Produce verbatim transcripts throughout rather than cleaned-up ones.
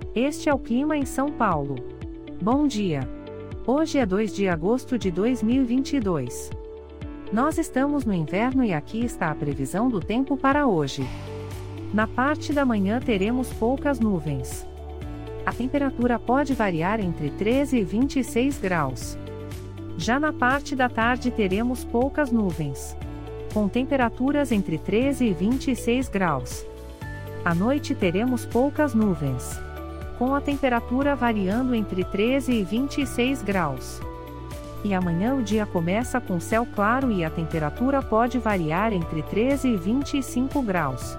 Este é o clima em São Paulo. Bom dia. Hoje é dois de agosto de dois mil e vinte e dois. Nós estamos no inverno e aqui está a previsão do tempo para hoje. Na parte da manhã teremos poucas nuvens. A temperatura pode variar entre treze e vinte e seis graus. Já na parte da tarde teremos poucas nuvens, com temperaturas entre treze e vinte e seis graus. À noite teremos poucas nuvens, com a temperatura variando entre treze e vinte e seis graus. E amanhã o dia começa com céu claro e a temperatura pode variar entre treze e vinte e cinco graus.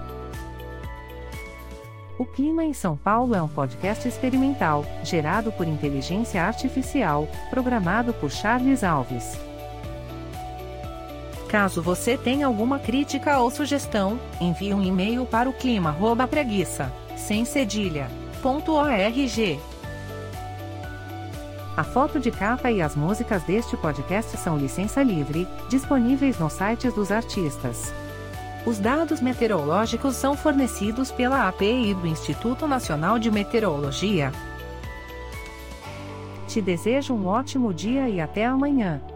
O Clima em São Paulo é um podcast experimental, gerado por inteligência artificial, programado por Charles Alves. Caso você tenha alguma crítica ou sugestão, envie um e-mail para o clima arroba preguiça, sem cedilha, ponto org. A foto de capa e as músicas deste podcast são licença livre, disponíveis nos sites dos artistas. Os dados meteorológicos são fornecidos pela A P I do Instituto Nacional de Meteorologia. Te desejo um ótimo dia e até amanhã.